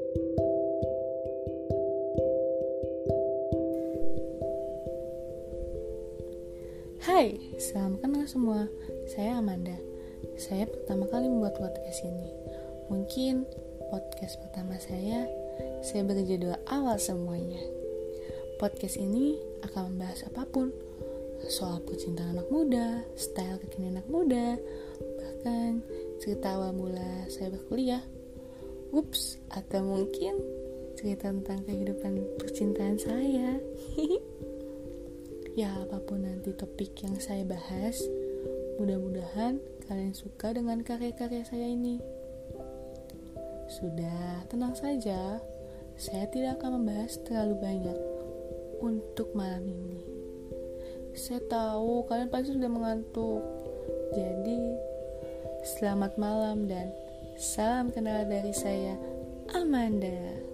Hai, salam kenal semua. Saya Amanda. Saya pertama kali membuat podcast ini. Mungkin podcast pertama saya berjudul Awal Semuanya. Podcast ini akan membahas apapun, soal percintaan anak muda, style kekinian anak muda, bahkan cerita awal mula saya berkuliah. Atau mungkin cerita tentang kehidupan percintaan saya. Ya, apapun nanti topik yang saya bahas, mudah-mudahan kalian suka dengan karya-karya saya ini. Sudah, tenang saja. Saya tidak akan membahas terlalu banyak untuk malam ini. Saya tahu kalian pasti sudah mengantuk. Jadi, selamat malam dan salam kenal dari saya, Amanda.